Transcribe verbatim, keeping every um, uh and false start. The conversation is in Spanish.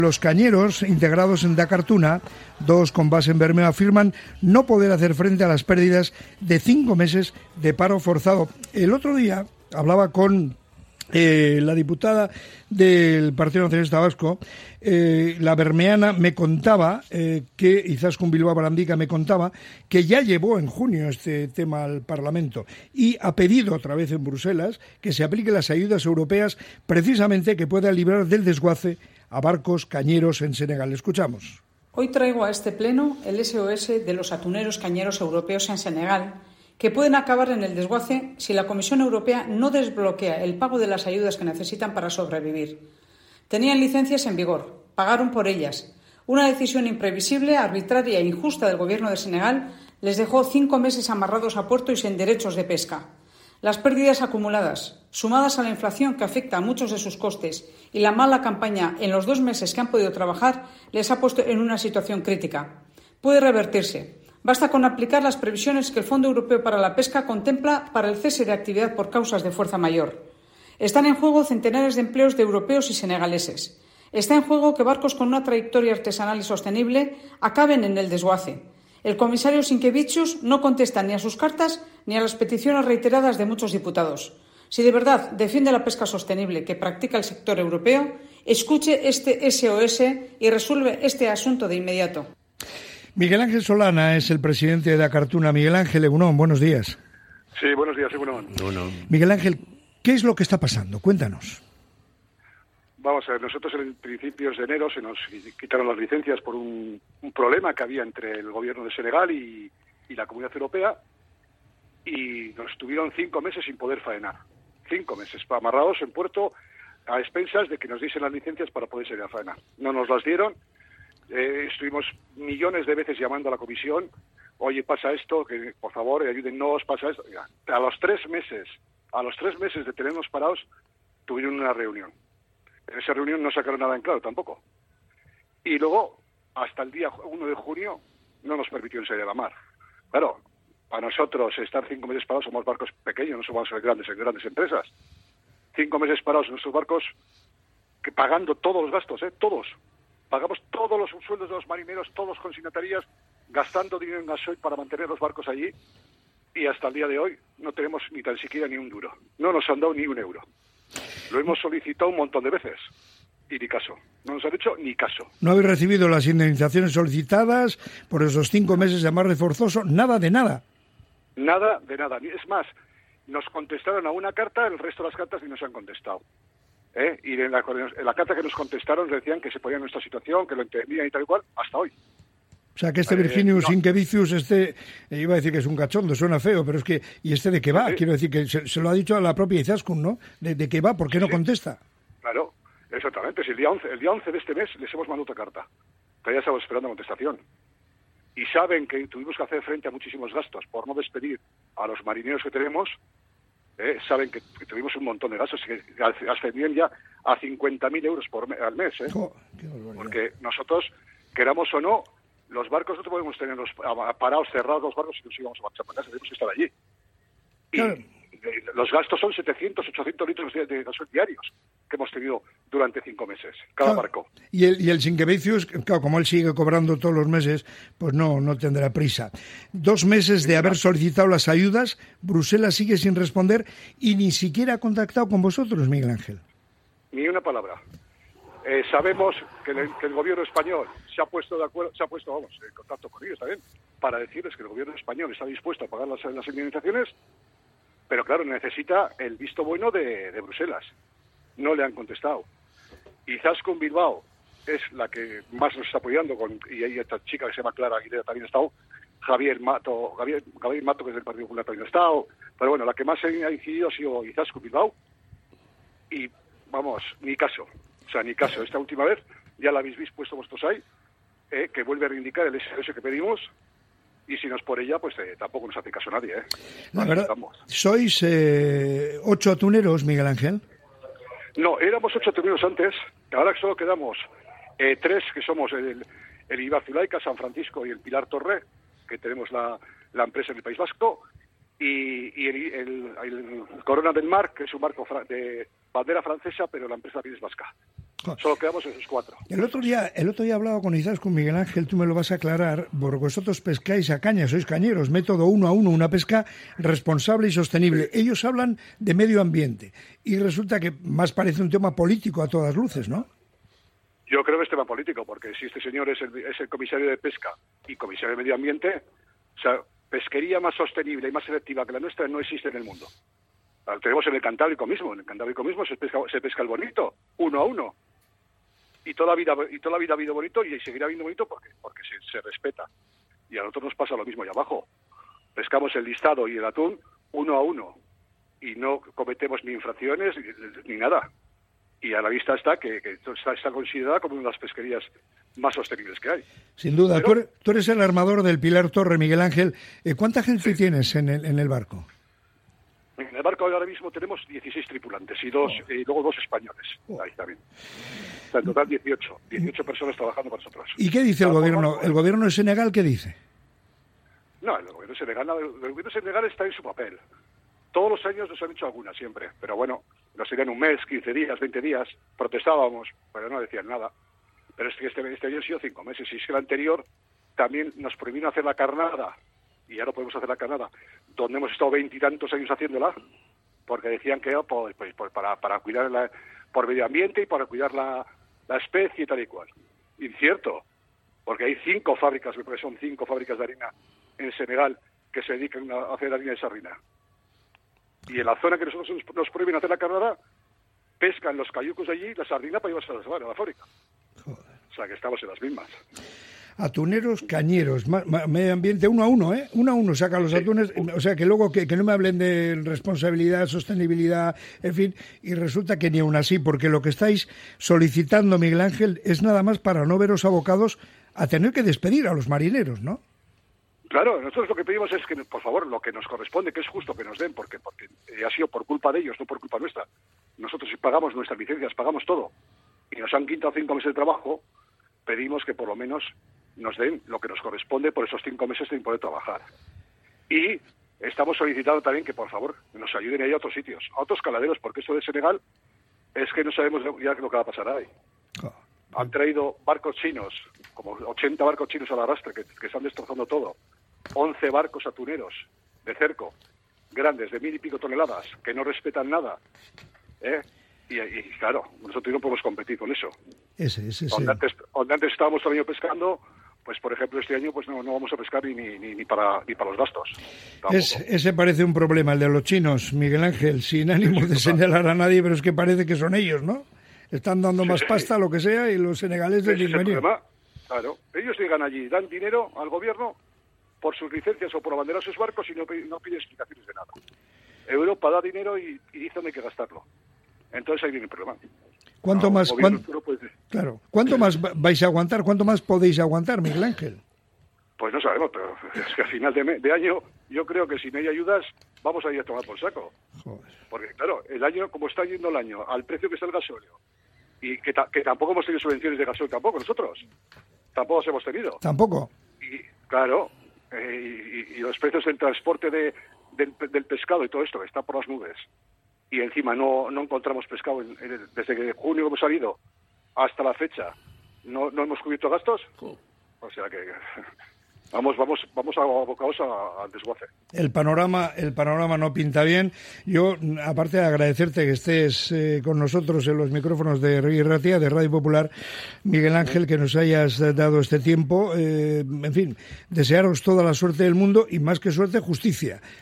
Los cañeros, integrados en Dakar Tuna, dos con base en Bermeo, afirman no poder hacer frente a las pérdidas de cinco meses de paro forzado. El otro día hablaba con eh, la diputada del Partido Nacionalista Vasco, eh, la bermeana, me contaba eh, que Izaskun Bilbao Barandica me contaba que ya llevó en junio este tema al Parlamento y ha pedido otra vez en Bruselas que se apliquen las ayudas europeas precisamente que puedan librar del desguace a barcos cañeros en Senegal. Escuchamos. Hoy traigo a este pleno el S O S de los atuneros cañeros europeos en Senegal, que pueden acabar en el desguace si la Comisión Europea no desbloquea el pago de las ayudas que necesitan para sobrevivir. Tenían licencias en vigor, pagaron por ellas. Una decisión imprevisible, arbitraria e injusta del Gobierno de Senegal les dejó cinco meses amarrados a puerto y sin derechos de pesca. Las pérdidas acumuladas, sumadas a la inflación que afecta a muchos de sus costes y la mala campaña en los dos meses que han podido trabajar, les ha puesto en una situación crítica. Puede revertirse. Basta con aplicar las previsiones que el Fondo Europeo para la Pesca contempla para el cese de actividad por causas de fuerza mayor. Están en juego centenares de empleos de europeos y senegaleses. Está en juego que barcos con una trayectoria artesanal y sostenible acaben en el desguace. El comisario Sinkevičius no contesta ni a sus cartas ni a las peticiones reiteradas de muchos diputados. Si de verdad defiende la pesca sostenible que practica el sector europeo, escuche este S O S y resuelve este asunto de inmediato. Miguel Ángel Solana es el presidente de Dakar Tuna. Miguel Ángel, Egunon, buenos días. Sí, buenos días, Egunon. Miguel Ángel, ¿qué es lo que está pasando? Cuéntanos. Vamos a ver, nosotros en principios de enero se nos quitaron las licencias por un, un problema que había entre el gobierno de Senegal y, y la Comunidad Europea y nos tuvieron cinco meses sin poder faenar. Cinco meses, amarrados en puerto a expensas de que nos diesen las licencias para poder salir a faenar. No nos las dieron, eh, estuvimos millones de veces llamando a la comisión, oye, pasa esto, que por favor ayúdennos, pasa esto. Mira, a los tres meses, a los tres meses de tenernos parados, tuvieron una reunión. En esa reunión no sacaron nada en claro tampoco. Y luego, hasta el día uno de junio, no nos permitieron salir a la mar. Claro, para nosotros estar cinco meses parados somos barcos pequeños, no somos grandes, grandes empresas. Cinco meses parados en nuestros barcos, que pagando todos los gastos, ¿eh? Todos. Pagamos todos los sueldos de los marineros, todos los consignatarias, gastando dinero en gasoil para mantener los barcos allí. Y hasta el día de hoy no tenemos ni tan siquiera ni un duro. No nos han dado ni un euro. Lo hemos solicitado un montón de veces y ni caso. No nos han hecho ni caso. ¿No habéis recibido las indemnizaciones solicitadas por esos cinco meses de amarre forzoso? Nada de nada. Nada de nada. Es más, nos contestaron a una carta, el resto de las cartas ni nos han contestado. ¿Eh? Y en la, en la carta que nos contestaron decían que se ponía en nuestra situación, que lo entendían y tal y cual, hasta hoy. O sea, que este Virginius eh, no. Sinkevičius, este, eh, iba a decir que es un cachondo, suena feo, pero es que, ¿y este de qué va? Sí. Quiero decir que se, se lo ha dicho a la propia Izaskun, ¿no? ¿De, de qué va? ¿Por qué sí, no contesta? Claro, exactamente. Si el día once, el día once de este mes les hemos mandado otra carta. Todavía estamos esperando contestación. Y saben que tuvimos que hacer frente a muchísimos gastos por no despedir a los marineros que tenemos. Eh, saben que, que tuvimos un montón de gastos que ascendían ya a cincuenta mil euros por me, al mes. ¿eh? Oh, porque nosotros, queramos o no, los barcos no podemos tenerlos parados, cerrados los barcos si nos íbamos a marchar para casa, tenemos que estar allí. Y claro. Los gastos son setecientos, ochocientos litros de, de gasoil diarios que hemos tenido durante cinco meses, cada claro. barco. Y el, y el Sinkevičius, claro, como él sigue cobrando todos los meses, pues no, no tendrá prisa. Dos meses de haber solicitado las ayudas, Bruselas sigue sin responder y ni siquiera ha contactado con vosotros, Miguel Ángel. Ni una palabra. Eh, sabemos que el, que el gobierno español se ha puesto de acuerdo, se ha puesto, vamos, en contacto con ellos también, para decirles que el gobierno español está dispuesto a pagar las, las indemnizaciones, pero claro, necesita el visto bueno de, de Bruselas. No le han contestado. Izaskun Bilbao es la que más nos está apoyando, con, y hay esta chica que se llama Clara Aguilera también ha estado, Javier Mato, Javier, Javier Mato, que es del Partido Popular, también ha estado, pero bueno, la que más ha incidido ha sido Izaskun Bilbao, y vamos, ni caso. O sea, ni caso. Esta última vez ya la habéis visto puesto vosotros ahí, eh, que vuelve a reivindicar el S O S que pedimos, y si no es por ella, pues eh, tampoco nos hace caso a nadie. ¿eh? La verdad, ¿sois eh, ocho atuneros, Miguel Ángel? No, éramos ocho atuneros antes, ahora solo quedamos eh, tres, que somos el, el Ibazulaika, San Francisco y el Pilar Torre, que tenemos la, la empresa en el País Vasco, y, y el, el, el Corona del Mar, que es un barco fra- de bandera francesa, pero la empresa también es vasca. Solo quedamos esos cuatro. El otro día, el otro día hablaba con quizás con Miguel Ángel, tú me lo vas a aclarar, porque vosotros pescáis a caña, sois cañeros, método uno a uno, una pesca responsable y sostenible. Sí. Ellos hablan de medio ambiente y resulta que más parece un tema político a todas luces, ¿no? Yo creo que es tema político, porque si este señor es el, es el comisario de pesca y comisario de medio ambiente, o sea, pesquería más sostenible y más selectiva que la nuestra no existe en el mundo. La tenemos en el Cantábrico mismo, en el Cantábrico mismo se pesca, se pesca el bonito, uno a uno. Y toda la vida y toda la vida ha habido bonito y seguirá habiendo bonito porque porque se, se respeta. Y a nosotros nos pasa lo mismo allá abajo. Pescamos el listado y el atún uno a uno y no cometemos ni infracciones ni, ni nada. Y a la vista está que, que está, está considerada como una de las pesquerías más sostenibles que hay. Sin duda. Pero, tú, eres, tú eres el armador del Pilar Torre, Miguel Ángel. ¿Cuánta gente sí. tienes en el, en el barco? En el barco ahora mismo tenemos dieciséis tripulantes y dos oh. y luego dos españoles. Oh. Ahí también. O sea, en total dieciocho. dieciocho personas trabajando con nosotros. ¿Y qué dice el gobierno? ¿El gobierno de Senegal qué dice? No, el gobierno de Senegal, el gobierno de Senegal está en su papel. Todos los años nos han hecho alguna siempre, pero bueno, nos serían un mes, quince días, veinte días, protestábamos, pero no decían nada. Pero este, este, este año han sido cinco meses, y es que el anterior también nos prohibieron hacer la carnada, y ya no podemos hacer la carnada, donde hemos estado veintitantos años haciéndola, porque decían que oh, pues, pues, pues, para, para cuidar la, por medio ambiente y para cuidar la, la especie y tal y cual. Incierto, porque hay cinco fábricas, me parece son cinco fábricas de harina en Senegal que se dedican a hacer harina de sardina. Y en la zona que nosotros nos prohíben hacer la carnada, pescan los cayucos allí la sardina para llevarse a la, a la fábrica. Joder. O sea que estamos en las mismas. Atuneros, cañeros, ma, ma, medio ambiente, uno a uno, ¿eh? Uno a uno sacan los sí. atunes, o sea que luego que, que no me hablen de responsabilidad, sostenibilidad, en fin, y resulta que ni aún así, porque lo que estáis solicitando, Miguel Ángel, es nada más para no veros abocados a tener que despedir a los marineros, ¿no? Claro, nosotros lo que pedimos es que, por favor, lo que nos corresponde, que es justo que nos den, porque porque ha sido por culpa de ellos, no por culpa nuestra. Nosotros si pagamos nuestras licencias, pagamos todo, y nos han quitado cinco meses de trabajo, pedimos que por lo menos nos den lo que nos corresponde por esos cinco meses de poder trabajar. Y estamos solicitando también que, por favor, nos ayuden a ir a otros sitios, a otros caladeros, porque esto de Senegal es que no sabemos ya lo que va a pasar ahí. Han traído barcos chinos, como ochenta barcos chinos al arrastre, que, que están destrozando todo. once barcos atuneros de cerco, grandes, de mil y pico toneladas, que no respetan nada. ¿eh? Y, y claro, nosotros no podemos competir con eso. Ese, ese, ese. Donde, antes, donde antes estábamos todo el año pescando, pues por ejemplo este año pues no, no vamos a pescar ni, ni, ni, para, ni para los gastos. Es, ese parece un problema, el de los chinos, Miguel Ángel, sin ánimo de señalar a nadie, pero es que parece que son ellos, ¿no? Están dando sí, más sí. pasta, lo que sea, y los senegaleses dicen venir. Problema. Claro, ellos llegan allí, dan dinero al gobierno por sus licencias o por abanderar sus barcos y no, no piden explicaciones de nada. Europa da dinero y, y dice dónde hay que gastarlo. Entonces ahí viene el problema. ¿Cuánto no, más, cuán, puede... claro, ¿cuánto más vais a aguantar? ¿Cuánto más podéis aguantar, Miguel Ángel? Pues no sabemos, pero es que a final de, de año yo creo que si no hay ayudas vamos a ir a tomar por saco. Joder. Porque claro, el año, como está yendo el año, al precio que está el gasóleo, y que, ta, que tampoco hemos tenido subvenciones de gasóleo tampoco nosotros, tampoco los hemos tenido. Tampoco. Y claro, eh, y, y los precios del transporte de, del, del pescado y todo esto, que está por las nubes, y encima no, no encontramos pescado en, en, desde que junio hemos salido hasta la fecha, no, no hemos cubierto gastos, oh. O sea que vamos vamos vamos abocados al desguace. El panorama el panorama no pinta bien. Yo, aparte de agradecerte que estés eh, con nosotros en los micrófonos de Rey Ratia, de Radio Popular, Miguel Ángel, que nos hayas dado este tiempo, eh, en fin, desearos toda la suerte del mundo y más que suerte, justicia,